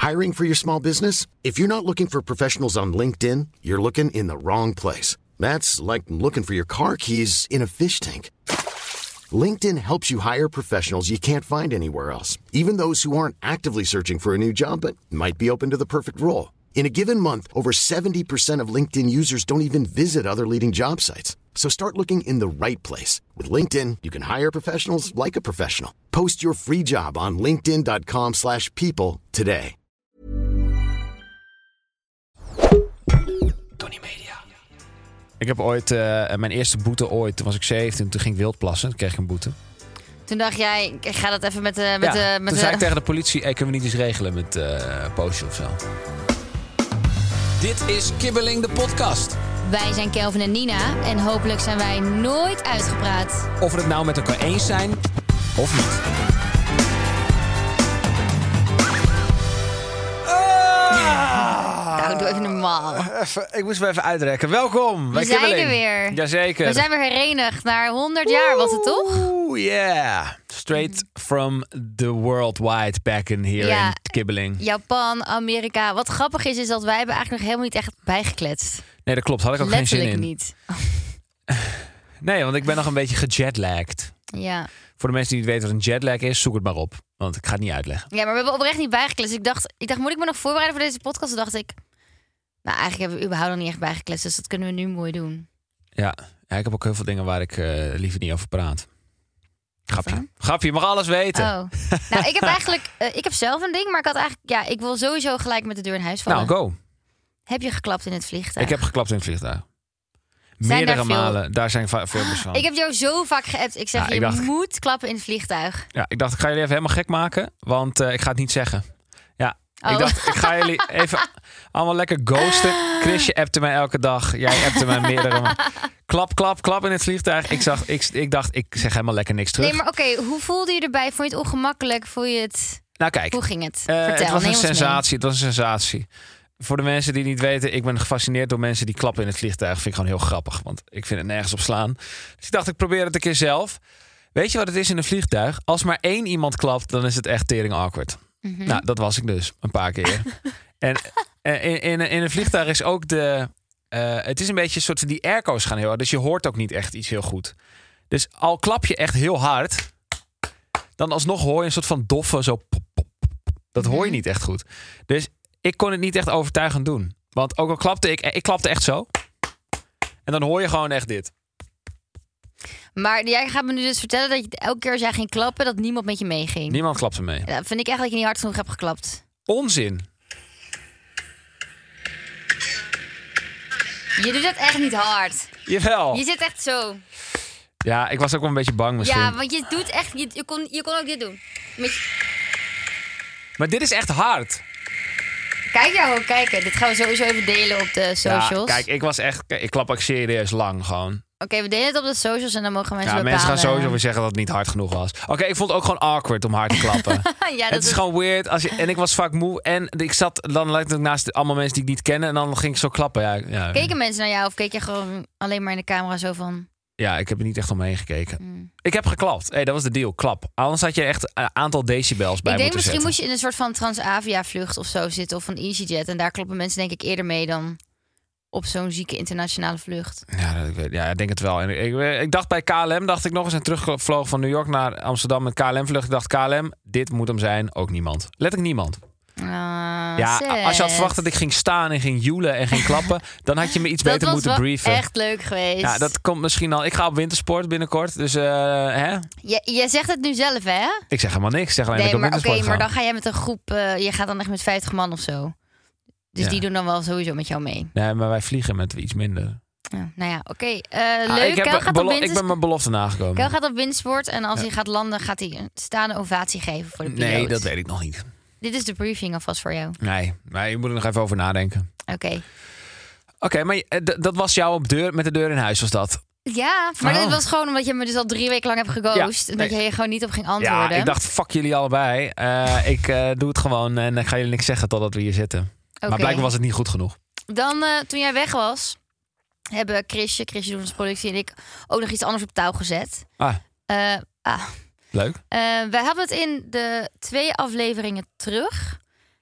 Hiring for your small business? If you're not looking for professionals on LinkedIn, you're looking in the wrong place. That's like looking for your car keys in a fish tank. LinkedIn helps you hire professionals you can't find anywhere else, even those who aren't actively searching for a new job but might be open to the perfect role. In a given month, over 70% of LinkedIn users don't even visit other leading job sites. So start looking in the right place. With LinkedIn, you can hire professionals like a professional. Post your free job on linkedin.com/people today. Tony Media. Ik heb ooit, mijn eerste boete ooit, toen was ik 17, toen ging ik wildplassen. Toen kreeg ik een boete. Toen dacht jij, ik ga dat even met de... Toen zei ik tegen de politie, kunnen we niet eens regelen met postje of zo. Dit is Kibbeling de podcast. Wij zijn Kelvin en Nina en hopelijk zijn wij nooit uitgepraat. Of we het nou met elkaar eens zijn of niet. Nou, doe even normaal. Ik moest me even uitrekken. Welkom bij We zijn Kibbeling. er weer. Jazeker. We zijn weer herenigd na 100 jaar, was het toch? Oeh, yeah. Straight from the worldwide back in here in Kibbeling. Japan, Amerika. Wat grappig is dat wij hebben eigenlijk nog helemaal niet echt bijgekletst. Nee, dat klopt. Had ik ook geen zin in. Niet. Nee, want ik ben nog een beetje gejetlagd. Ja. Voor de mensen die niet weten wat een jetlag is, zoek het maar op. Want ik ga het niet uitleggen. Ja, maar we hebben oprecht niet bijgekletst. Ik dacht, moet ik me nog voorbereiden voor deze podcast? Toen dacht ik, nou eigenlijk hebben we überhaupt nog niet echt bijgekletst. Dus dat kunnen we nu mooi doen. Ja, ik heb ook heel veel dingen waar ik liever niet over praat. Grapje, je mag alles weten. Oh. Nou, ik heb eigenlijk, ik heb zelf een ding, maar ik had eigenlijk, ik wil sowieso gelijk met de deur in huis vallen. Nou, go. Heb je geklapt in het vliegtuig? Ik heb geklapt in het vliegtuig. Meerdere malen. Daar zijn filmpjes van. Ik heb jou zo vaak geappt. Ik zeg, je moet klappen in het vliegtuig. Ja, ik dacht, ik ga jullie even helemaal gek maken. Want ik ga het niet zeggen. Ja, Ik dacht, ik ga jullie even allemaal lekker ghosten. Chrisje appte mij elke dag. Jij appte mij meerdere. Klap in het vliegtuig. Ik dacht, ik zeg helemaal lekker niks terug. Nee, maar oké, hoe voelde je erbij? Vond je het ongemakkelijk? Vond je het... Nou kijk. Hoe ging het? Vertel, het was een sensatie. Voor de mensen die niet weten, ik ben gefascineerd door mensen die klappen in het vliegtuig. Vind ik gewoon heel grappig, want ik vind het nergens op slaan. Dus ik dacht, ik probeer het een keer zelf. Weet je wat het is in een vliegtuig? Als maar één iemand klapt, dan is het echt tering awkward. Mm-hmm. Nou, dat was ik dus een paar keer. En in een vliegtuig is ook het is een beetje een soort van die airco's gaan heel hard. Dus je hoort ook niet echt iets heel goed. Dus al klap je echt heel hard, dan alsnog hoor je een soort van doffe zo pop, pop, pop. Dat hoor je niet echt goed. Dus ik kon het niet echt overtuigend doen. Want ook al klapte ik klapte echt zo. En dan hoor je gewoon echt dit. Maar jij gaat me nu dus vertellen dat je elke keer als jij ging klappen, dat niemand met je meeging. Niemand klapte mee. Ja, vind ik eigenlijk dat je niet hard genoeg hebt geklapt. Onzin. Je doet het echt niet hard. Jawel. Je zit echt zo. Ja, ik was ook wel een beetje bang misschien. Ja, want je doet echt... Je kon ook dit doen. Maar dit is echt hard. Kijk jou ook kijken. Dit gaan we sowieso even delen op de socials. Ja, kijk, ik klap ook serieus lang gewoon. Oké, we delen het op de socials en dan mogen mensen bepalen. Mensen gaan sowieso weer zeggen dat het niet hard genoeg was. Oké, ik vond het ook gewoon awkward om hard te klappen. Ja, het is gewoon weird. En ik was vaak moe. En ik zat dan naast allemaal mensen die ik niet kennen. En dan ging ik zo klappen. Ja. Keken mensen naar jou of keek je gewoon alleen maar in de camera zo van... Ja, ik heb er niet echt omheen gekeken. Ik heb geklapt. Dat was de deal. Klap. Anders had je echt een aantal decibels bij moeten zetten. Misschien moest je in een soort van Transavia vlucht of zo zitten. Of een EasyJet. En daar kloppen mensen denk ik eerder mee dan op zo'n zieke internationale vlucht. Ja, ik denk het wel. En ik dacht bij KLM, dacht ik nog eens en terugvloog van New York naar Amsterdam met KLM-vlucht. Ik dacht, KLM, dit moet hem zijn. Ook niemand. Letterlijk niemand. Als je had verwacht dat ik ging staan en ging joelen en ging klappen, dan had je me iets beter moeten brieven. Dat was echt leuk geweest. Ja, dat komt misschien al. Ik ga op wintersport binnenkort, dus hè? Je zegt het nu zelf, hè? Ik zeg helemaal niks. Ik zeg alleen dat ik op wintersport ga. Maar dan ga jij met een groep, je gaat dan echt met 50 man of zo. Dus die doen dan wel sowieso met jou mee. Nee, maar wij vliegen met iets minder. Ja, nou ja, oké. Leuk. Ik ben mijn belofte nagekomen. Kel gaat op windsport en als hij gaat landen, gaat hij een staande ovatie geven voor de piloot. Nee, dat weet ik nog niet. Dit is de briefing alvast voor jou. Nee, maar je moet er nog even over nadenken. Oké, maar dat was jou met de deur in huis, was dat? Ja, maar dit was gewoon omdat je me dus al 3 weken lang hebt geghost. En dat je gewoon niet op ging antwoorden. Ja, ik dacht, fuck jullie allebei. Ik doe het gewoon en ik ga jullie niks zeggen totdat we hier zitten. Maar blijkbaar was het niet goed genoeg. Dan, toen jij weg was, hebben Chrisje doet onze productie en ik ook nog iets anders op touw gezet. Leuk. Wij hebben het in de 2 afleveringen terug.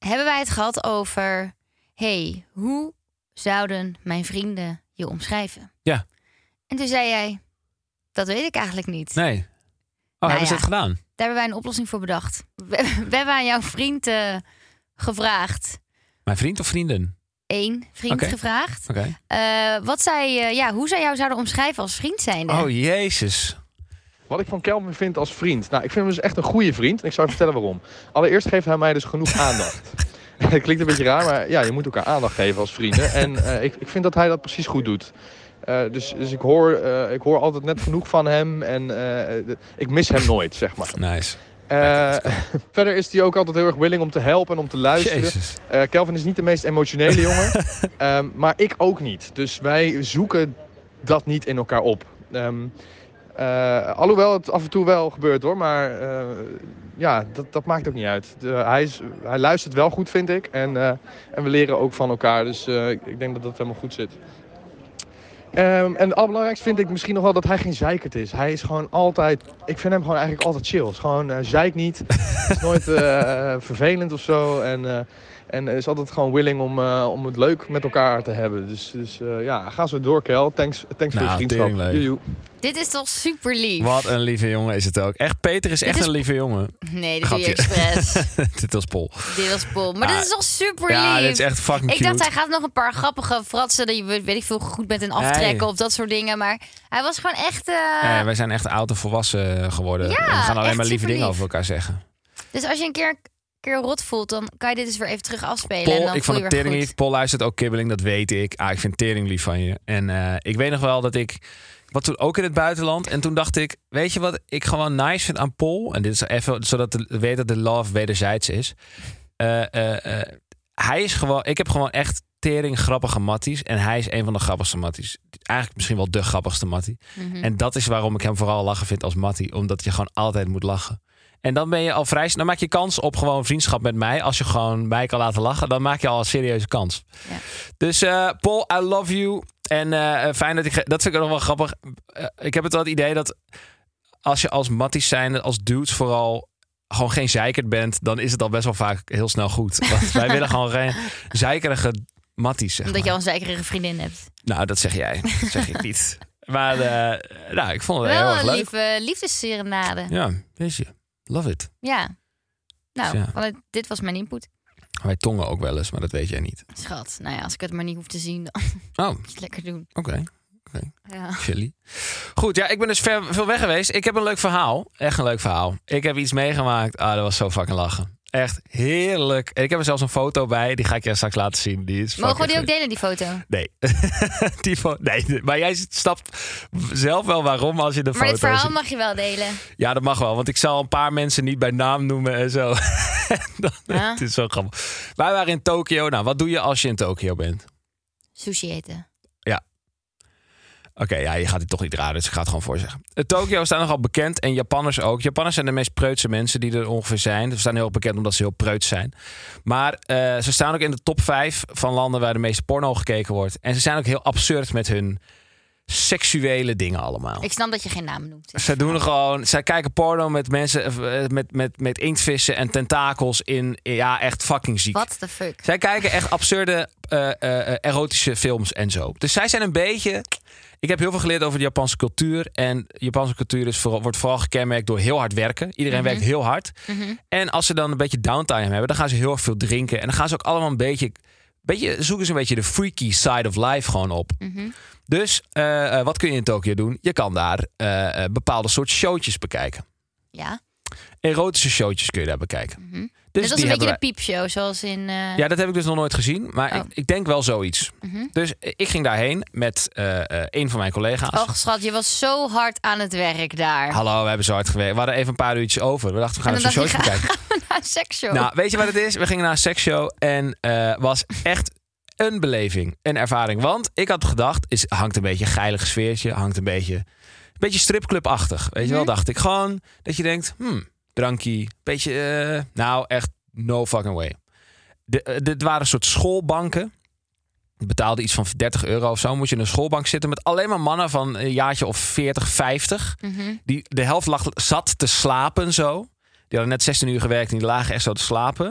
hebben wij het gehad over... hoe zouden mijn vrienden je omschrijven? Ja. En toen zei jij... Dat weet ik eigenlijk niet. Nee. Hebben ze het gedaan? Daar hebben wij een oplossing voor bedacht. We hebben aan jouw vriend gevraagd. Mijn vriend of vrienden? Eén vriend gevraagd. Oké. Wat hoe zij jou zouden omschrijven als vriend zijnde? Oh, jezus. Wat ik van Kelvin vind als vriend? Nou, ik vind hem dus echt een goede vriend. En ik zou je vertellen waarom. Allereerst geeft hij mij dus genoeg aandacht. Het klinkt een beetje raar, maar ja, je moet elkaar aandacht geven als vrienden. En ik vind dat hij dat precies goed doet. Dus ik hoor altijd net genoeg van hem. En ik mis hem nooit, zeg maar. Nice. Verder is hij ook altijd heel erg willing om te helpen en om te luisteren. Kelvin is niet de meest emotionele jongen. Maar ik ook niet. Dus wij zoeken dat niet in elkaar op. Alhoewel het af en toe wel gebeurt hoor. Maar dat maakt ook niet uit. Hij luistert wel goed, vind ik. En we leren ook van elkaar. Dus ik denk dat dat helemaal goed zit. En het allerbelangrijkste vind ik misschien nog wel dat hij geen zeikert is. Hij is gewoon altijd... Ik vind hem gewoon eigenlijk altijd chill. Het is gewoon zeik niet. Het is nooit vervelend of zo. En is altijd gewoon willing om het leuk met elkaar te hebben. Dus ga zo door, Kel. Thanks voor je vriendschap. Joejoe. Dit is toch super lief? Wat een lieve jongen is het ook. Echt, Peter is echt een lieve jongen. Nee, dit doe je expres. Dit was Pol. Maar dit is toch super lief? Ja, dit is echt fucking cute. Ik dacht, hij gaat nog een paar grappige fratsen... dat je weet ik veel goed bent in aftrekken of dat soort dingen. Maar hij was gewoon echt... Nee, wij zijn echt oud en volwassen geworden. Ja, en we gaan alleen maar lieve dingen lief. over elkaar zeggen. Dus als je een keer rot voelt, dan kan je dit dus weer even terug afspelen. Pol, en dan ik vond voel het je weer tering goed. lief. Pol luistert ook kibbeling, dat weet ik. Ik vind tering lief van je. En ik weet nog wel dat ik... Wat toen ook in het buitenland. En toen dacht ik, weet je wat ik gewoon nice vind aan Pol? En dit is even zodat we weten dat de love wederzijds is. Hij is gewoon... Ik heb gewoon echt tering grappige matties. En hij is een van de grappigste matties. Eigenlijk misschien wel de grappigste mattie. Mm-hmm. En dat is waarom ik hem vooral lachen vind als mattie. Omdat je gewoon altijd moet lachen. En dan ben je al vrij... Dan maak je kans op gewoon vriendschap met mij. Als je gewoon mij kan laten lachen, dan maak je al een serieuze kans. Ja. Dus Pol, I love you. En fijn dat ik... Dat vind ik ook nog wel grappig. Ik heb het wel het idee dat als je als matties zijn, als dudes vooral gewoon geen zeikert bent, dan is het al best wel vaak heel snel goed. Want wij willen gewoon geen zeikerige matties, zeg Omdat maar. je al een zeikerige vriendin hebt. Nou, dat zeg jij. Dat zeg ik niet. Maar ik vond het wel heel erg leuk. Lieve liefdesserenade. Ja, weet je. Love it. Ja. Nou, Dus ja. Dit was mijn input. Wij tongen ook wel eens, maar dat weet jij niet. Schat, nou ja, als ik het maar niet hoef te zien, dan Oh. moet je het lekker doen. Oké. Ja. Chilly. Goed, ja, ik ben dus veel weg geweest. Ik heb een leuk verhaal. Echt een leuk verhaal. Ik heb iets meegemaakt. Dat was zo fucking lachen. Echt heerlijk. En ik heb er zelfs een foto bij. Die ga ik je straks laten zien. Die is Mogen we die ook delen, die foto? Nee. Nee. Maar jij snapt zelf wel waarom als je de foto Maar dit verhaal ziet. mag je wel delen. Ja, dat mag wel. Want ik zal een paar mensen niet bij naam noemen en zo. Het is zo grappig. Wij waren in Tokio. Nou, wat doe je als je in Tokio bent? Sushi eten. Ja. Oké, je gaat dit toch niet raden, dus ik ga het gewoon voorzeggen. Tokio staat nogal bekend en Japanners ook. Japanners zijn de meest preutse mensen die er ongeveer zijn. Ze staan heel bekend omdat ze heel preuts zijn. Maar ze staan ook in de top 5 van landen waar de meeste porno gekeken wordt. En ze zijn ook heel absurd met hun seksuele dingen allemaal. Ik snap dat je geen naam noemt. Zij doen gewoon... Zij kijken porno met mensen met inktvissen en tentakels in... Ja, echt fucking ziek. What the fuck? Zij kijken echt absurde erotische films en zo. Dus zij zijn een beetje... Ik heb heel veel geleerd over de Japanse cultuur. En de Japanse cultuur wordt vooral gekenmerkt door heel hard werken. Iedereen werkt heel hard. Mm-hmm. En als ze dan een beetje downtime hebben, dan gaan ze heel erg veel drinken. En dan gaan ze ook allemaal een beetje zoeken ze een beetje de freaky side of life gewoon op. Mm-hmm. Dus wat kun je in Tokio doen? Je kan daar bepaalde soort showtjes bekijken. Ja. Erotische showtjes kun je daar bekijken. Mm-hmm. Dus dat is een beetje de piepshow, zoals in... Ja, dat heb ik dus nog nooit gezien. Maar ik denk wel zoiets. Mm-hmm. Dus ik ging daarheen met een van mijn collega's. Och, schat, je was zo hard aan het werk daar. Hallo, we hebben zo hard gewerkt. We hadden even een paar uurtjes over. We dachten, we gaan een showtje bekijken. Gaan we naar een seksshow? Nou, weet je wat het is? We gingen naar een seksshow. En was echt een beleving. Een ervaring. Want ik had gedacht, hangt een beetje een geilig sfeertje. Hangt een beetje stripclubachtig. Weet je wel, dacht ik. Gewoon dat je denkt... Drankie, beetje, nou echt no fucking way. Dit waren een soort schoolbanken. Je betaalde iets van €30 of zo. Moest je in een schoolbank zitten met alleen maar mannen van een jaartje of 40, 50. Mm-hmm. De helft zat te slapen zo. Die hadden net 16 uur gewerkt en die lagen echt zo te slapen.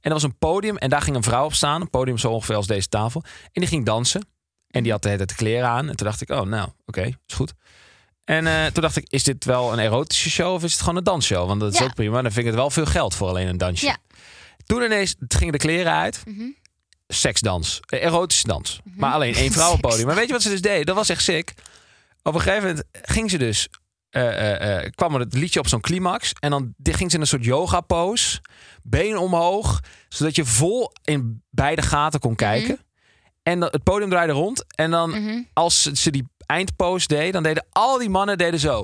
er was een podium en daar ging een vrouw op staan. Een podium zo ongeveer als deze tafel. En die ging dansen. En die had de hele tijd de kleren aan. En toen dacht ik, oké, is goed. En toen dacht ik, is dit wel een erotische show of is het gewoon een dansshow? Want dat is ook prima. Dan vind ik het wel veel geld voor alleen een dansje. Ja. Toen ineens gingen de kleren uit. Seksdans. Erotische dans. Maar alleen één vrouw op het podium. Maar weet je wat ze dus deed? Dat was echt sick. Op een gegeven moment ging ze dus... kwam er het liedje op zo'n climax. En dan ging ze in een soort yoga pose. Been omhoog. Zodat je vol in beide gaten kon kijken. En het podium draaide rond. En dan als ze die eindpose deed, dan deden al die mannen zo.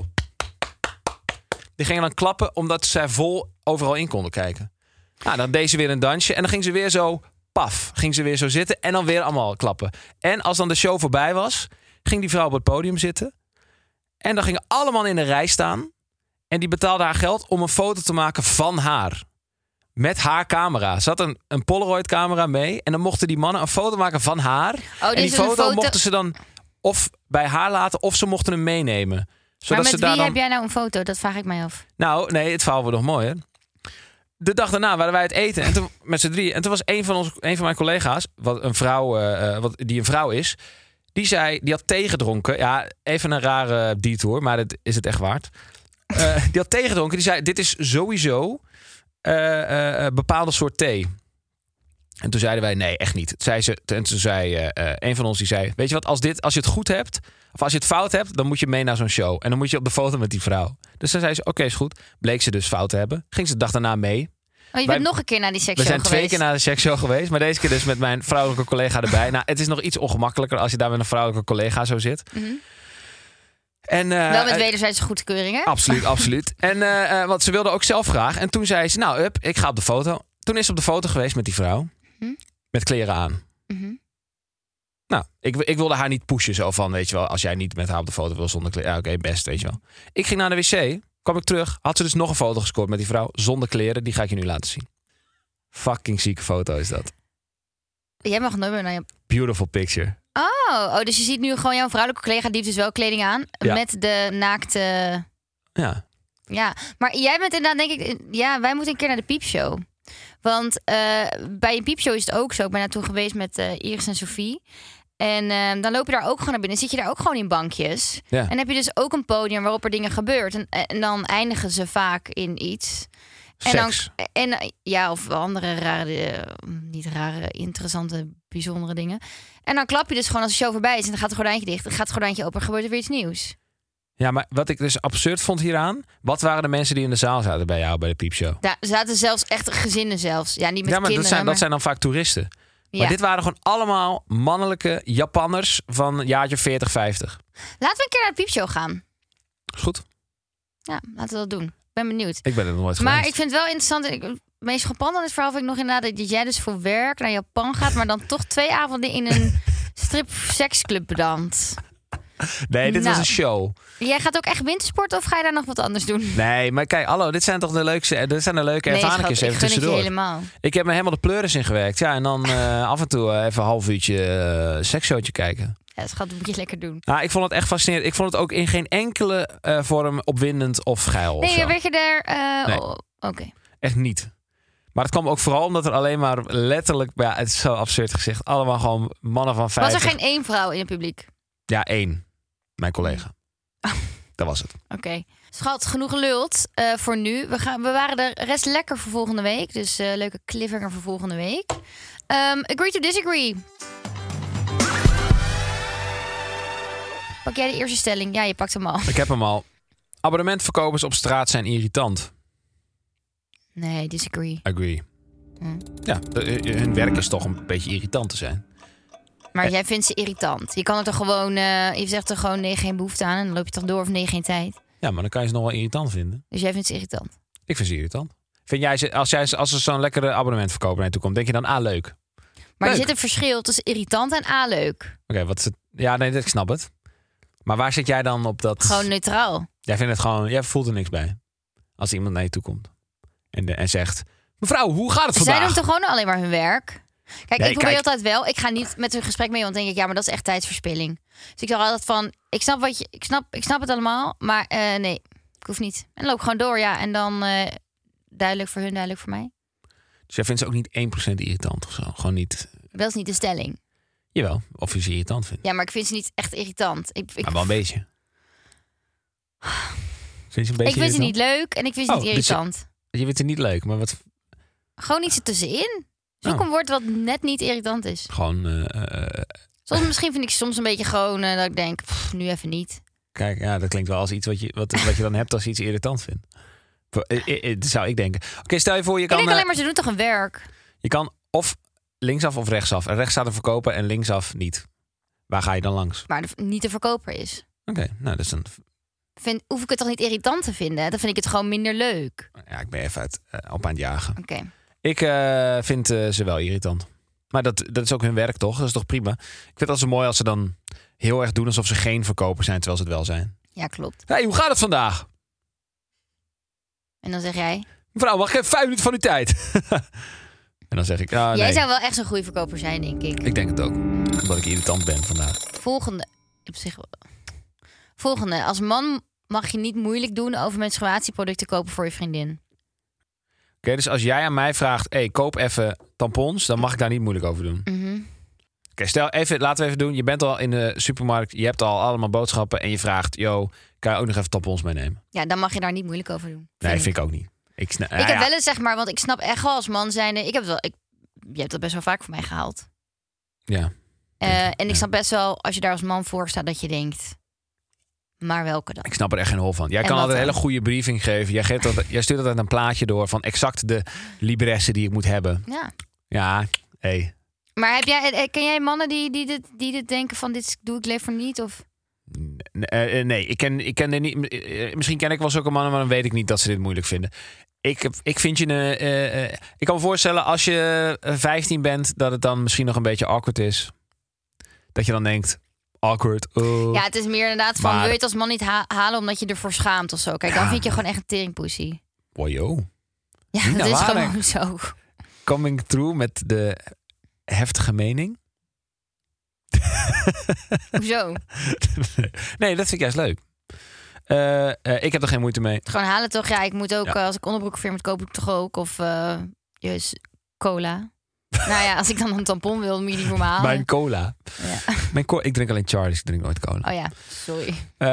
Die gingen dan klappen omdat zij vol overal in konden kijken. Nou, dan deed ze weer een dansje. En dan ging ze weer zo, paf, ging ze weer zo zitten. En dan weer allemaal klappen. En als dan de show voorbij was, ging die vrouw op het podium zitten. En dan gingen alle mannen in een rij staan. En die betaalden haar geld om een foto te maken van haar. Met haar camera. Ze had een Polaroid camera mee. En dan mochten die mannen een foto maken van haar. En die foto mochten ze dan of bij haar laten of ze mochten hem meenemen. Zodat maar met wie heb jij nou een foto? Dat vraag ik mij af. Nou, nee, het verhaal wordt nog mooier. De dag daarna waren wij het eten. En toen, met z'n drieën. En toen was een van mijn collega's, die een vrouw is, die had tegedronken. Ja, even een rare detour, maar dat is het echt waard. Die had tegedronken. Die zei, dit is sowieso bepaalde soort thee. En toen zeiden wij, nee, echt niet. En toen zei een van ons, die zei, weet je wat, als je het goed hebt, of als je het fout hebt, dan moet je mee naar zo'n show. En dan moet je op de foto met die vrouw. Dus dan zei ze, oké, is goed. Bleek ze dus fout te hebben. Ging ze de dag daarna mee. Oh, je bent nog een keer naar die seksshow geweest. We zijn 2 keer naar de seksshow geweest. Maar deze keer dus met mijn vrouwelijke collega erbij. Nou, het is nog iets ongemakkelijker als je daar met een vrouwelijke collega zo zit. En, wel met wederzijdse goedkeuring, hè? Absoluut, absoluut. En want ze wilde ook zelf graag. En toen zei ze, nou, ik ga op de foto. Toen is ze op de foto geweest met die vrouw. Met kleren aan. Nou, ik wilde haar niet pushen zo van, weet je wel, als jij niet met haar op de foto wil zonder kleren. Ja, oké, best, weet je wel. Ik ging naar de wc, kwam ik terug, had ze dus nog een foto gescoord met die vrouw zonder kleren. Die ga ik je nu laten zien. Fucking zieke foto is dat. Jij mag nooit meer naar je... Beautiful picture. Oh, dus je ziet nu gewoon jouw vrouwelijke collega, die heeft dus wel kleding aan. Ja. Met de naakte... Ja. Ja, maar jij bent inderdaad, denk ik... Ja, wij moeten een keer naar de piepshow. Want bij een piepshow is het ook zo. Ik ben naartoe geweest met Iris en Sophie. En dan loop je daar ook gewoon naar binnen. Zit je daar ook gewoon in bankjes. Ja. En heb je dus ook een podium waarop er dingen gebeurt. En dan eindigen ze vaak in iets. Seks. Of andere rare, niet rare, interessante, bijzondere dingen. En dan klap je dus gewoon als de show voorbij is. En dan gaat het gordijntje dicht. Dan gaat het gordijntje open en gebeurt er weer iets nieuws. Ja, maar wat ik dus absurd vond hieraan... Wat waren de mensen die in de zaal zaten bij jou bij de piepshow? Daar zaten zelfs echt gezinnen zelfs. Ja, niet met kinderen. Dat zijn dan vaak toeristen. Maar dit waren gewoon allemaal mannelijke Japanners van jaartje 40, 50. Laten we een keer naar de piepshow gaan. Is goed. Ja, laten we dat doen. Ik ben benieuwd. Ik ben er nog nooit geweest. Maar ik vind het wel interessant. Het meest frappant aan dit verhaal vind ik nog inderdaad dat jij dus voor werk naar Japan gaat, maar dan toch 2 avonden in een strip-seksclub bedankt. Nee, dit was een show. Jij gaat ook echt wintersporten of ga je daar nog wat anders doen? Nee, maar kijk, hallo, dit zijn toch de leuke ervaringen even tussendoor. Helemaal. Ik heb me helemaal de pleuris in gewerkt. Ja, en dan af en toe even een half uurtje seksshowtje kijken. Ja, dat moet je lekker doen. Nou, ik vond het echt fascinerend. Ik vond het ook in geen enkele vorm opwindend of geil. Nee, weet je daar... Nee. Oké. Echt niet. Maar het kwam ook vooral omdat er alleen maar letterlijk... Ja, het is zo absurd gezegd. Allemaal gewoon mannen van 50. Was er geen 1 vrouw in het publiek? Ja, 1. Mijn collega. Dat was het. Oké. Schat, genoeg geluld voor nu. We waren de rest lekker voor volgende week. Dus leuke cliffhanger voor volgende week. Agree to disagree. Pak jij de eerste stelling? Ja, je pakt hem al. Ik heb hem al. Abonnementverkopers op straat zijn irritant. Nee, disagree. Agree. Ja, hun werk is toch een beetje irritant te zijn. Maar jij vindt ze irritant. Je kan er toch gewoon... je zegt er gewoon nee, geen behoefte aan. En dan loop je toch door of nee, geen tijd. Ja, maar dan kan je ze nog wel irritant vinden. Dus jij vindt ze irritant? Ik vind ze irritant. Vind jij ze, als er zo'n lekkere abonnementverkoper naar je toe komt, denk je dan, leuk? Maar er zit een verschil tussen irritant en leuk. Oké, wat is het? Ja, nee, ik snap het. Maar waar zit jij dan op dat... Gewoon neutraal. Jij voelt er niks bij. Als iemand naar je toe komt. En zegt, mevrouw, hoe gaat het vandaag? Zij doen toch gewoon alleen maar hun werk? Kijk, ik probeer altijd wel. Ik ga niet met hun gesprek mee, want dan denk ik, ja, maar dat is echt tijdsverspilling. Dus ik zeg altijd van, ik snap het allemaal, maar nee, ik hoef niet. En dan loop ik gewoon door, ja. En dan duidelijk voor hun, duidelijk voor mij. Dus jij vindt ze ook niet 1% irritant of zo? Gewoon niet... Dat is niet de stelling. Jawel, of je ze irritant vindt. Ja, maar ik vind ze niet echt irritant. Maar wel een beetje. Vind je een beetje ik vind ze irritant? niet leuk en ik vind ze niet dus irritant. je vindt het niet leuk, maar wat... Gewoon iets ertussenin. Zoek een woord wat net niet irritant is. Gewoon... Misschien vind ik soms een beetje gewoon dat ik denk, nu even niet. Kijk, ja, dat klinkt wel als iets wat je dan hebt als je iets irritant vindt. Dat zou ik denken. Oké, stel je voor, je kan... Ik denk alleen maar, ze doen toch een werk? Je kan of linksaf of rechtsaf. En rechts staat een verkoper en linksaf niet. Waar ga je dan langs? Maar niet de verkoper is. Oké, nou, dat is een... Hoef ik het toch niet irritant te vinden? Dan vind ik het gewoon minder leuk. Ja, ik ben even op aan het jagen. Oké. Ik vind ze wel irritant. Maar dat is ook hun werk, toch? Dat is toch prima? Ik vind het altijd zo mooi als ze dan heel erg doen alsof ze geen verkoper zijn, terwijl ze het wel zijn. Ja, klopt. Hey, hoe gaat het vandaag? En dan zeg jij... Mevrouw, mag ik even 5 minuten van uw tijd? En dan zeg ik... Jij nee. zou wel echt zo'n goede verkoper zijn, denk ik. Ik denk het ook. Omdat ik irritant ben vandaag. Volgende. Als man mag je niet moeilijk doen over menstruatieproducten kopen voor je vriendin. Oké, dus als jij aan mij vraagt... Hey, koop even tampons, dan mag ik daar niet moeilijk over doen. Oké, laten we even doen. Je bent al in de supermarkt. Je hebt al allemaal boodschappen. En je vraagt... Yo, kan je ook nog even tampons meenemen? Ja, dan mag je daar niet moeilijk over doen. Nee, vind ik ook niet. Ik heb wel eens, zeg maar... Want ik snap echt wel als man zijnde... Je hebt dat best wel vaak voor mij gehaald. Ja. En ik snap best wel... Als je daar als man voor staat... Dat je denkt... Maar welke dan? Ik snap er echt geen hol van. Jij En kan wat altijd een dan? hele goede briefing geven. Jij stuurt altijd een plaatje door... van exact de libressen die ik moet hebben. Ja. Ja, hey. Maar ken jij mannen die dit denken van... Dit doe ik liever niet? Of... Nee, ik ken er niet. Misschien ken ik wel zulke mannen, maar dan weet ik niet dat ze dit moeilijk vinden. Ik vind ik kan me voorstellen als je 15 bent, dat het dan misschien nog een beetje awkward is. Dat je dan denkt, awkward. Ja, het is meer inderdaad van... Wil je het als man niet halen omdat je ervoor schaamt of zo? Kijk, dan vind je gewoon echt een teringpoesie. Wow, yo. Ja, Nina dat is Waring. gewoon zo. Coming through met de heftige mening. Hoezo? Nee, dat vind ik juist leuk. Ik heb er geen moeite mee. Gewoon halen toch? Ja, ik moet ook... Als ik onderbroeken moet koop ik toch ook. Of juist cola. Nou ja, als ik dan een tampon wil, moet je die voor me halen. Mijn cola. Ja. Ik drink alleen Charlie's, ik drink nooit cola. Oh ja, sorry.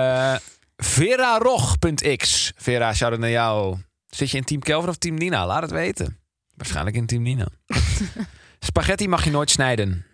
VeraRog.x. Vera, shout-out naar jou. Zit je in team Kelvin of team Nina? Laat het weten. Waarschijnlijk in team Nina. Spaghetti mag je nooit snijden.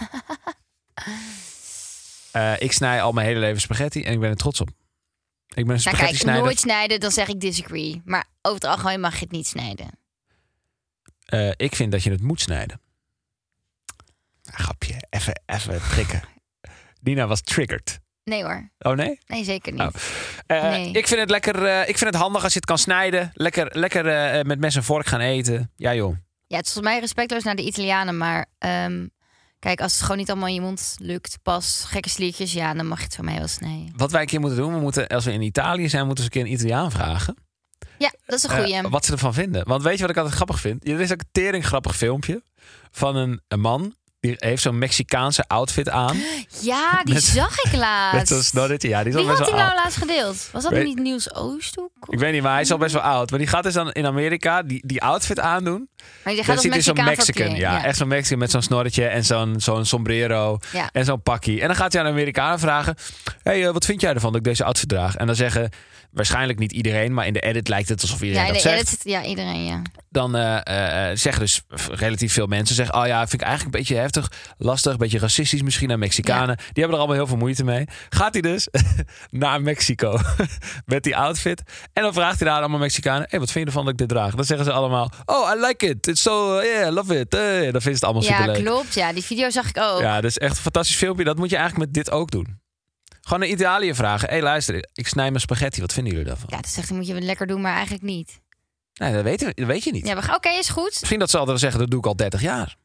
Ik snij al mijn hele leven spaghetti en ik ben er trots op. Ik ben een spaghetti snijder. Nooit snijden, dan zeg ik disagree. Maar over het algemeen mag je het niet snijden. Ik vind dat je het moet snijden. Grapje, even tricken. Nina was triggered. Nee hoor. Oh nee? Nee, zeker niet. Nee. Ik vind het lekker. Ik vind het handig als je het kan snijden. Lekker met mes en vork gaan eten. Ja joh. Ja, het is volgens mij respectloos naar de Italianen, maar kijk, als het gewoon niet allemaal in je mond lukt, pas gekke sliertjes, ja, dan mag je het van mij wel snijden. Wat wij een keer moeten doen, als we in Italië zijn, moeten we eens een keer een Italiaan vragen. Ja, dat is een goeie. Wat ze ervan vinden. Want weet je wat ik altijd grappig vind? Er is ook een tering grappig filmpje van een man. Die heeft zo'n Mexicaanse outfit aan. Ja, die zag ik laatst. Met zo'n snorretje. Ja, die is al Wie best had wel die nou oud. laatst gedeeld? Was dat niet Niels Oosthoek? Ik weet niet, maar hij is al best wel oud. Maar die gaat dus dan in Amerika die outfit aandoen. Maar die Dan gaat als ziet hij zo'n Mexicaan Mexican. verkleden. Ja, echt zo'n Mexican met zo'n snorretje en zo'n sombrero. Ja. En zo'n pakkie. En dan gaat hij aan de Amerikanen vragen. Hey, wat vind jij ervan dat ik deze outfit draag? En dan zeggen waarschijnlijk niet iedereen. Maar in de edit lijkt het alsof iedereen dat zegt. Iedereen, ja. Dan zeggen dus relatief veel mensen zeggen... oh ja, vind ik eigenlijk een beetje heftig, lastig... een beetje racistisch misschien naar Mexicanen. Die hebben er allemaal heel veel moeite mee. Gaat hij dus naar Mexico met die outfit... en dan vraagt hij daar allemaal Mexicanen... hey, wat vind je ervan dat ik dit draag? Dan zeggen ze allemaal... oh, I like it. It's so, yeah, love it. Dan vinden ze het allemaal superleuk. Ja, klopt. Ja, die video zag ik ook. Ja, dat is echt een fantastisch filmpje. Dat moet je eigenlijk met dit ook doen. Gewoon naar Italië vragen. Hey, luister, ik snij mijn spaghetti. Wat vinden jullie daarvan? Ja, dat zegt, moet je lekker doen, maar eigenlijk niet. Nee, dat weet je niet. Ja, oké, is goed. Misschien dat ze altijd zeggen, dat doe ik al 30 jaar.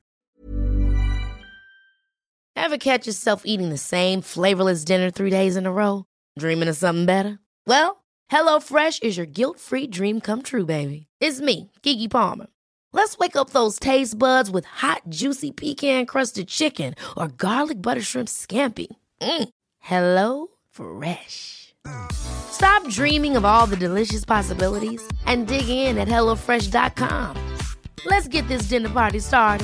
Ever catch yourself eating the same flavorless dinner 3 days in a row? Dreaming of something better? Well, HelloFresh is your guilt-free dream come true, baby. It's me, Keke Palmer. Let's wake up those taste buds with hot, juicy pecan-crusted chicken or garlic butter shrimp scampi. Hello Fresh. Stop dreaming of all the delicious possibilities and dig in at HelloFresh.com. Let's get this dinner party started.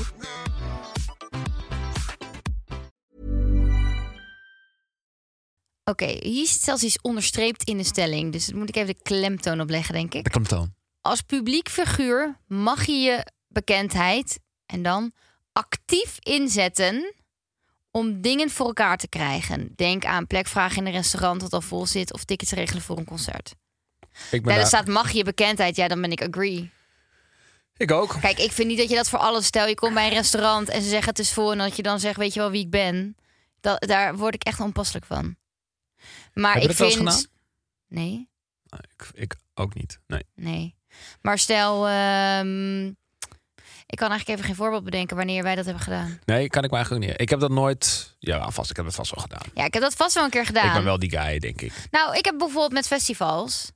Oké, hier zit zelfs iets onderstreept in de stelling. Dus daar moet ik even de klemtoon op leggen, denk ik. De klemtoon. Als publiek figuur mag je bekendheid en dan actief inzetten om dingen voor elkaar te krijgen. Denk aan plekvragen in een restaurant dat al vol zit of tickets regelen voor een concert. Er staat mag je bekendheid, ja, dan ben ik agree. Ik ook. Kijk, ik vind niet dat je dat voor alles... Stel, je komt bij een restaurant en ze zeggen het is vol... en dat je dan zegt, weet je wel wie ik ben? Daar word ik echt onpasselijk van. Maar Heb je ik dat wel vind... eens gedaan? Nee. Ik ook niet. Nee. Maar stel... ik kan eigenlijk even geen voorbeeld bedenken wanneer wij dat hebben gedaan. Nee, kan ik me eigenlijk ook niet. Ik heb dat nooit... Ja, vast. Ik heb het vast wel gedaan. Ja, ik heb dat vast wel een keer gedaan. Ik ben wel die guy, denk ik. Nou, ik heb bijvoorbeeld met festivals...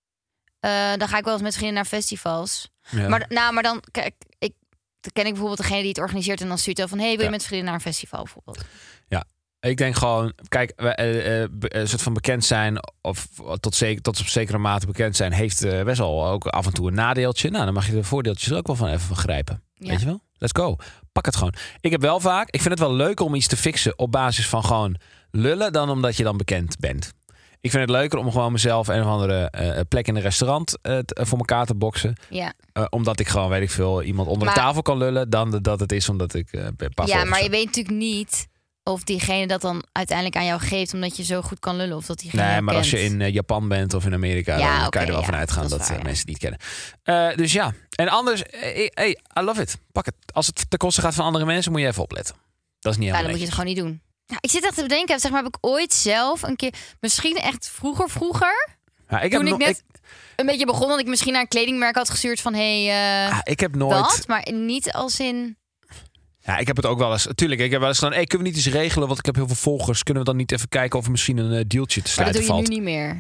dan ga ik wel eens met vrienden naar festivals. Ja. Maar dan dan ken ik bijvoorbeeld degene die het organiseert... en dan stuurt hij van... hey, wil je met vrienden naar een festival bijvoorbeeld? Ja, ik denk gewoon... Kijk, een soort van bekend zijn... of tot op zekere mate bekend zijn... heeft best wel ook af en toe een nadeeltje. Nou, dan mag je de voordeeltjes er ook wel van even van grijpen. Ja. Weet je wel? Let's go. Pak het gewoon. Ik heb wel vaak... Ik vind het wel leuker om iets te fixen... op basis van gewoon lullen... dan omdat je dan bekend bent. Ik vind het leuker om gewoon mezelf een of andere plek in een restaurant voor elkaar te boksen. Ja. Omdat ik gewoon, weet ik veel, iemand onder de tafel kan lullen. Dan dat het is omdat ik Ja, maar je weet natuurlijk niet of diegene dat dan uiteindelijk aan jou geeft omdat je zo goed kan lullen. Of dat diegene Nee, jou maar kent. als je in Japan bent of in Amerika, Ja, dan kan je er wel oké, van uitgaan dat dat is waar, mensen het niet kennen. Dus ja. En anders, hey, I love it. Pak het. Als het ten koste gaat van andere mensen, moet je even opletten. Dat is niet Ja, helemaal dan moet je het netjes. gewoon niet doen. Nou, ik zit echt te bedenken, zeg maar, heb ik ooit zelf een keer, misschien echt vroeger, Ja, toen ik net een beetje begon, dat ik misschien naar een kledingmerk had gestuurd van, ik heb nooit... dat, maar niet als in... Ja, ik heb het ook wel eens... Tuurlijk, ik heb wel eens gedaan... kunnen we niet eens regelen, want ik heb heel veel volgers. Kunnen we dan niet even kijken of er misschien een dealtje te Maar dat sluiten doe je valt? nu niet meer.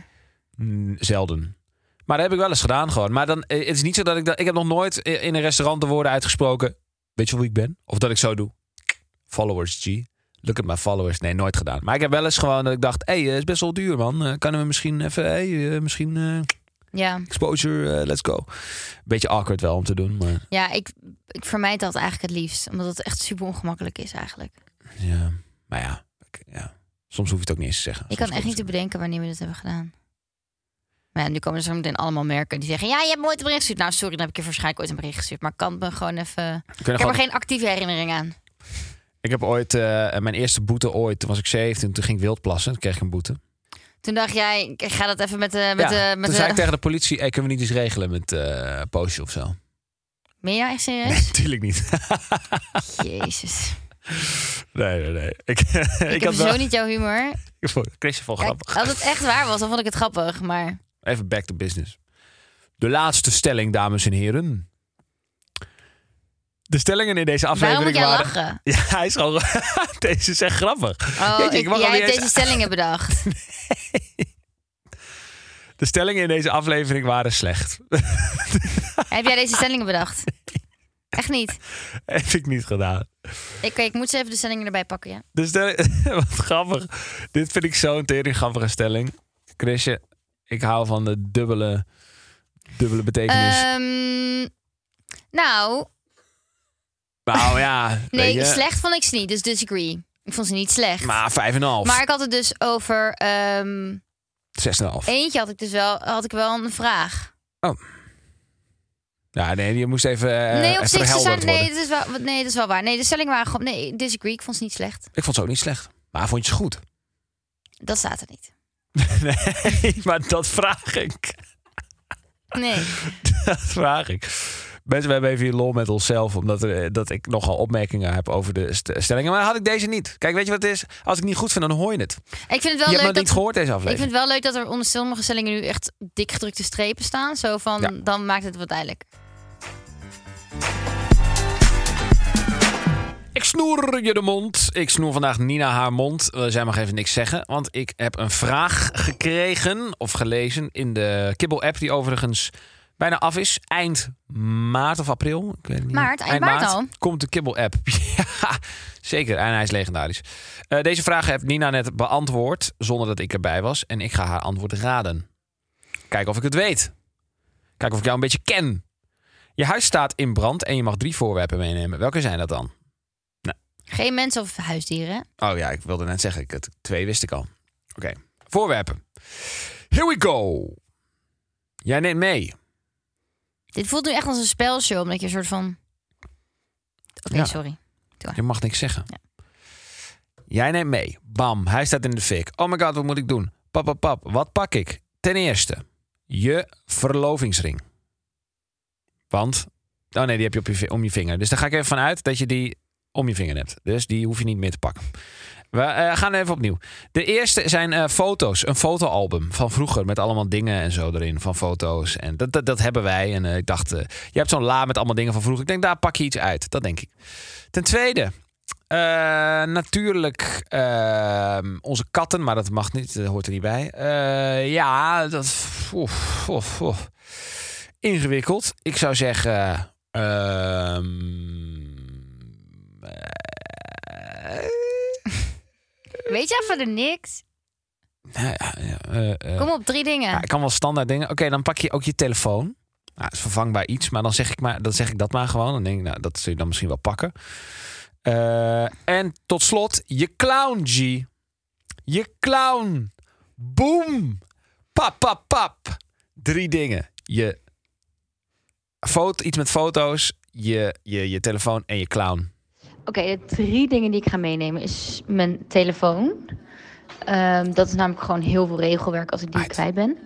Zelden. Maar dat heb ik wel eens gedaan gewoon. Maar dan, het is niet zo dat ik heb nog nooit in een restaurant de woorden uitgesproken. Weet je wel wie ik ben? Of dat ik zo doe. Followers, G. Look at my followers. Nee, nooit gedaan. Maar ik heb wel eens gewoon dat ik dacht... het is best wel duur, man. Kunnen we misschien even... Ja. exposure, let's go. Beetje awkward wel om te doen, maar... Ja, ik vermijd dat eigenlijk het liefst. Omdat het echt super ongemakkelijk is eigenlijk. Ja, maar ja. Soms hoef je het ook niet eens te zeggen. Ik kan echt niet te bedenken wanneer we dit hebben gedaan. Maar ja, nu komen er zo meteen allemaal merken die zeggen... ja, je hebt me ooit een bericht gestuurd. Nou, sorry, dan heb ik je waarschijnlijk ooit een bericht gestuurd. Maar ik kan me gewoon even... Ik heb er geen actieve herinnering aan. Ik heb ooit, mijn eerste boete ooit, toen was ik 17, toen ging ik wildplassen. Toen kreeg ik een boete. Toen dacht jij, ik ga dat even met de... Toen zei ik tegen de politie, kunnen we niet eens regelen met postje of zo? Ben jij echt serieus? Nee, natuurlijk niet. Jezus. Nee. Ik heb zo niet jouw humor. Ik vond Chrisje wel grappig. Als het echt waar was, dan vond ik het grappig. Maar... Even back to business. De laatste stelling, dames en heren. De stellingen in deze aflevering waarom moet jij waren... lachen? Ja, hij is gewoon... Deze is echt grappig. Oh, Jeetje, jij hebt deze stellingen bedacht. De stellingen in deze aflevering waren slecht. Heb jij deze stellingen bedacht? Echt niet? Heb ik niet gedaan. Ik moet ze even de stellingen erbij pakken, ja. De stelling... Wat grappig. Dit vind ik zo'n tering grappige stelling. Chrisje, ik hou van de dubbele betekenis. Nou ja. nee, weet je, slecht vond ik ze niet, dus disagree. Ik vond ze niet slecht. Maar 5,5. Maar ik had het dus over... 6,5. Eentje had ik wel een vraag. Oh. Ja, nee, je moest even Nee, op even zich ze zijn... verhelderd Nee, dat is wel waar. Nee, de stellingen waren gewoon... Nee, disagree. Ik vond ze niet slecht. Ik vond ze ook niet slecht. Maar vond je ze goed? Dat staat er niet. Nee, maar dat vraag ik. Nee. Dat vraag ik. Mensen, we hebben even hier lol met onszelf. Omdat dat ik nogal opmerkingen heb over de stellingen. Maar dan had ik deze niet. Kijk, weet je wat het is? Als ik het niet goed vind, dan hoor je het. Ik vind het wel Je leuk hebt nog niet gehoord deze Ik aflevering. vind het wel leuk dat er onder sommige stellingen nu echt dik gedrukte strepen staan. Zo van, Ja. dan maakt het wat duidelijk. Ik snoer je de mond. Ik snoer vandaag Nina haar mond. Zij mag even niks zeggen. Want ik heb een vraag gekregen of gelezen in de Kibbel-app. Die overigens bijna af is. Eind maart of april. Ik weet het niet. Eind maart al? Komt de Kibbel-app. Ja, zeker. En hij is legendarisch. Deze vraag heeft Nina net beantwoord. Zonder dat ik erbij was. En ik ga haar antwoord raden. Kijken of ik het weet. Kijken of ik jou een beetje ken. Je huis staat in brand en je mag 3 voorwerpen meenemen. Welke zijn dat dan? Geen mensen of huisdieren. Oh ja, ik wilde net zeggen. 2 wist ik al. Oké. Voorwerpen. Here we go. Jij neemt mee. Dit voelt nu echt als een spelshow, omdat je een soort van... Oké, Ja. sorry. Je mag niks zeggen. Ja. Jij neemt mee. Bam, hij staat in de fik. Oh my god, wat moet ik doen? Pap. Wat pak ik? Ten eerste, je verlovingsring. Want... Oh nee, die heb je om je vinger. Dus daar ga ik even vanuit dat je die om je vinger hebt. Dus die hoef je niet meer te pakken. We gaan even opnieuw. De eerste zijn foto's. Een fotoalbum van vroeger met allemaal dingen en zo erin. Van foto's. En dat hebben wij. En ik dacht, je hebt zo'n la met allemaal dingen van vroeger. Ik denk, daar pak je iets uit. Dat denk ik. Ten tweede, natuurlijk onze katten. Maar dat mag niet, dat hoort er niet bij. Ja, dat... Ingewikkeld. Ik zou zeggen... Weet je even er niks? Kom op, 3 dingen. Ja, ik kan wel standaard dingen. Oké, dan pak je ook je telefoon. Nou, dat is vervangbaar iets, maar dan zeg ik dat maar gewoon. Dan denk ik, nou, dat zul je dan misschien wel pakken. En tot slot, je clown, G. Je clown. Boom. Pap. 3 dingen. Je iets met foto's, je telefoon en je clown. Oké, de 3 dingen die ik ga meenemen is mijn telefoon. Dat is namelijk gewoon heel veel regelwerk als ik die kwijt ben.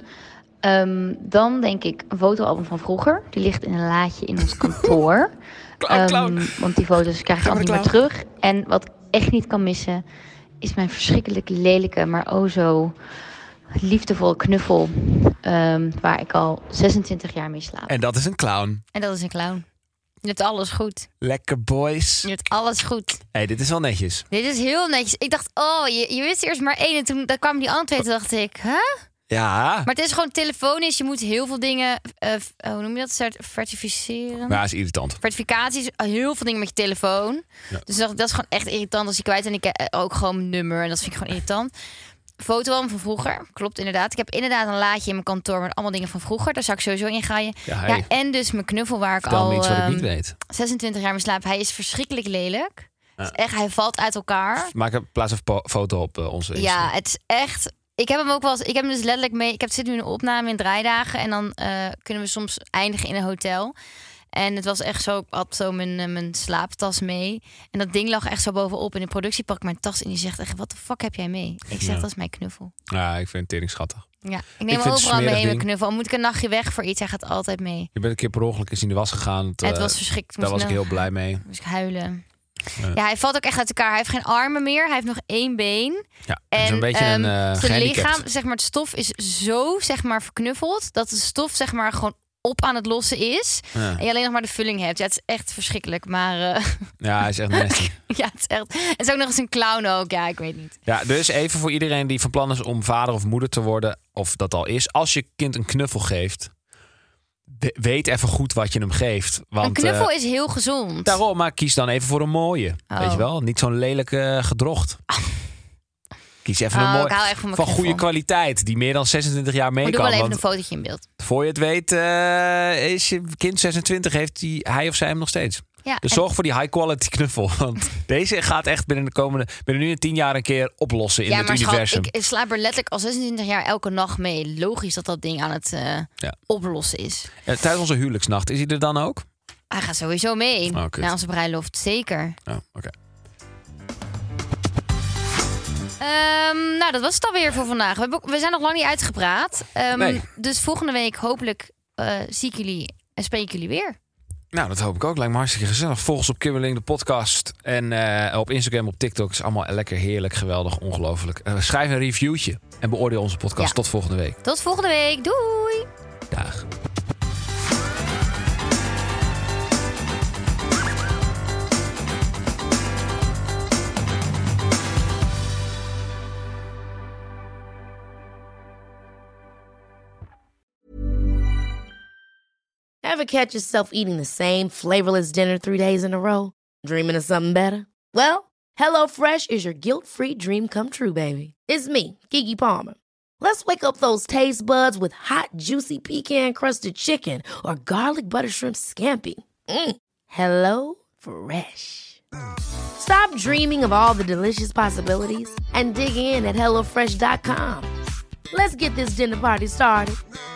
Dan denk ik een fotoalbum van vroeger. Die ligt in een laadje in ons kantoor. Clown. Want die foto's krijg je al niet meer terug. En wat ik echt niet kan missen is mijn verschrikkelijk lelijke, maar oh zo liefdevolle knuffel. Waar ik al 26 jaar mee slaap. En dat is een clown. En dat is een clown. Je hebt alles goed. Lekker boys. Je hebt alles goed. Hey, dit is wel netjes. Dit is heel netjes. Ik dacht, je wist eerst maar 1. En toen kwamen die andere 2. Toen dacht ik, huh? Ja. Maar het is gewoon telefonisch. Je moet heel veel dingen, hoe noem je dat? Certificeren? Maar is irritant. Certificaties, heel veel dingen met je telefoon. Ja. Dus dat is gewoon echt irritant als je kwijt. En ik ook gewoon mijn nummer. En dat vind ik gewoon irritant. Fotoalbum van vroeger. Klopt, inderdaad. Ik heb inderdaad een laadje in mijn kantoor met allemaal dingen van vroeger. Daar zou ik sowieso in gaan. Ja, En dus mijn knuffel waar ik Vertel me al iets wat ik niet weet. 26 jaar mee slaap. Hij is verschrikkelijk lelijk. Ja. Het is echt, hij valt uit elkaar. Maak een plaats of foto op onze Instagram. Ja, het is echt... Ik heb hem ook wel eens... Ik heb hem dus letterlijk mee... Ik zit nu in een opname in draaidagen. En dan kunnen we soms eindigen in een hotel. En het was echt zo... Ik had zo mijn slaaptas mee. En dat ding lag echt zo bovenop. En in de productie pak ik mijn tas en die zegt echt... Wat de fuck heb jij mee? Ik zeg, dat is mijn knuffel. Ja, ik vind het tering schattig. Ja, ik neem hem overal mee, mijn knuffel. Al moet ik een nachtje weg voor iets, hij gaat altijd mee. Je bent een keer per ongeluk eens in de was gegaan. Het was verschrikkelijk. Daar was ik heel blij mee. Moest ik huilen. Ja, hij valt ook echt uit elkaar. Hij heeft geen armen meer. Hij heeft nog 1 been. Ja, en zo'n beetje een zijn lichaam, zeg maar, het stof is zo, zeg maar, verknuffeld dat de stof, zeg maar, gewoon op aan het lossen is. Ja. En je alleen nog maar de vulling hebt. Ja, het is echt verschrikkelijk. Maar ja, hij is echt nasty. ja, het is echt. Het is ook nog eens een clown ook. Ja, ik weet niet. Ja, dus even voor iedereen die van plan is om vader of moeder te worden, of dat al is. Als je kind een knuffel geeft, weet even goed wat je hem geeft. Want, een knuffel is heel gezond. Daarom, maar kies dan even voor een mooie. Weet je wel? Niet zo'n lelijke gedrocht. Kies even een mooi, ik hou echt van van goede kwaliteit, die meer dan 26 jaar mee kan. kan. Doe wel even een fotootje in beeld. Voor je het weet, is je kind 26, heeft hij of zij hem nog steeds. Ja, dus zorg voor die high quality knuffel. Want deze gaat echt binnen nu en 10 jaar een keer oplossen in het universum. Ik slaap er letterlijk al 26 jaar elke nacht mee. Logisch dat dat ding aan het oplossen is. Tijdens onze huwelijksnacht, is hij er dan ook? Hij gaat sowieso mee naar onze bruiloft, zeker. Oh, oké. Nou, dat was het alweer voor vandaag. We zijn nog lang niet uitgepraat. Nee. Dus volgende week hopelijk zie ik jullie en spreek ik jullie weer. Nou, dat hoop ik ook. Lijkt me hartstikke gezellig. Volg ons op Kimberling de podcast. En op Instagram, op TikTok. Is allemaal lekker, heerlijk, geweldig, ongelooflijk. Schrijf een reviewtje en beoordeel onze podcast. Ja. Tot volgende week. Tot volgende week. Doei! Dag. Ever catch yourself eating the same flavorless dinner 3 days in a row? Dreaming of something better? Well, HelloFresh is your guilt-free dream come true, baby. It's me, Keke Palmer. Let's wake up those taste buds with hot, juicy pecan-crusted chicken or garlic butter shrimp scampi. Hello Fresh. Stop dreaming of all the delicious possibilities and dig in at HelloFresh.com. Let's get this dinner party started.